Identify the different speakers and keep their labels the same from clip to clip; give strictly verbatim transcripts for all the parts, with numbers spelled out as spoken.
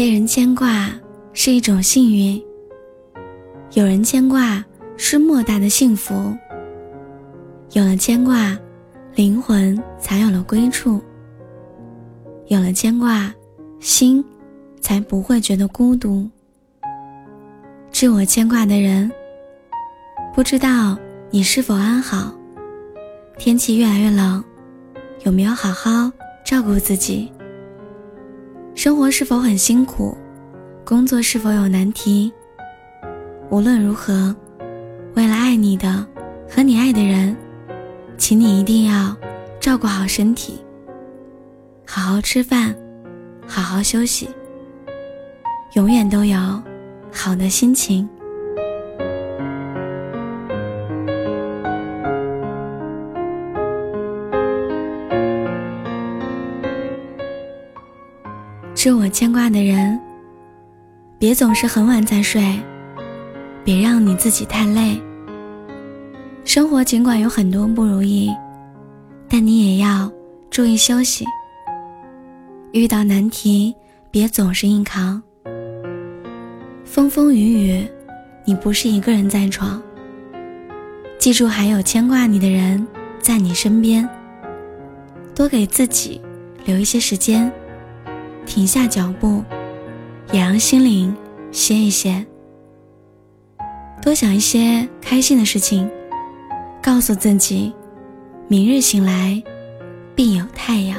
Speaker 1: 被人牵挂是一种幸运，有人牵挂是莫大的幸福。有了牵挂，灵魂才有了归处。有了牵挂，心才不会觉得孤独。致我牵挂的人，不知道你是否安好？天气越来越冷，有没有好好照顾自己？生活是否很辛苦？工作是否有难题？无论如何，为了爱你的和你爱的人，请你一定要照顾好身体，好好吃饭，好好休息，永远都有好的心情。致我牵挂的人，别总是很晚才睡，别让你自己太累。生活尽管有很多不如意，但你也要注意休息。遇到难题，别总是硬扛。风风雨雨，你不是一个人在闯。记住还有牵挂你的人在你身边。多给自己留一些时间，停下脚步，也让心灵歇一歇。多想一些开心的事情，告诉自己，明日醒来必有太阳。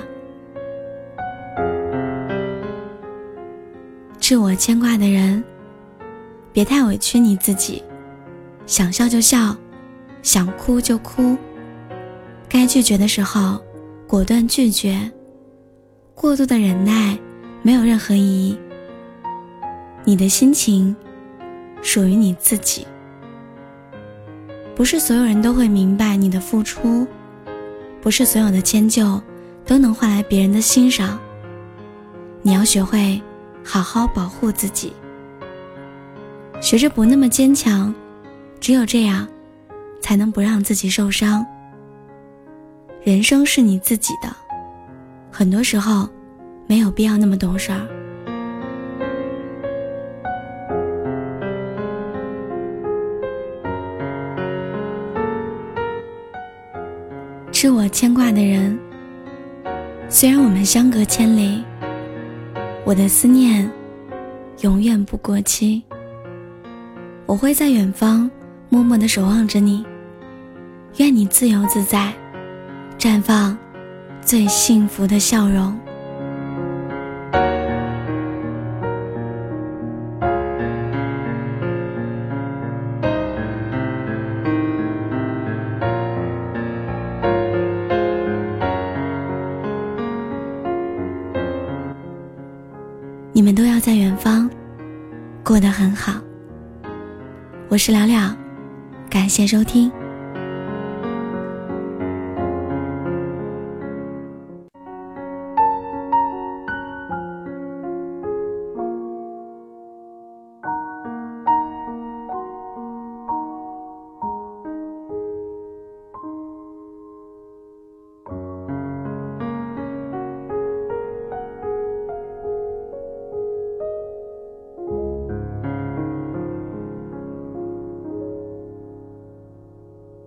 Speaker 1: 致我牵挂的人，别太委屈你自己，想笑就笑，想哭就哭，该拒绝的时候果断拒绝，过度的忍耐没有任何意义。你的心情属于你自己，不是所有人都会明白你的付出，不是所有的迁就都能换来别人的欣赏。你要学会好好保护自己，学着不那么坚强，只有这样才能不让自己受伤。人生是你自己的，很多时候没有必要那么懂事儿。致我牵挂的人，虽然我们相隔千里，我的思念永远不过期。我会在远方默默地守望着你，愿你自由自在，绽放最幸福的笑容。你们都要在远方过得很好。我是了了，感谢收听。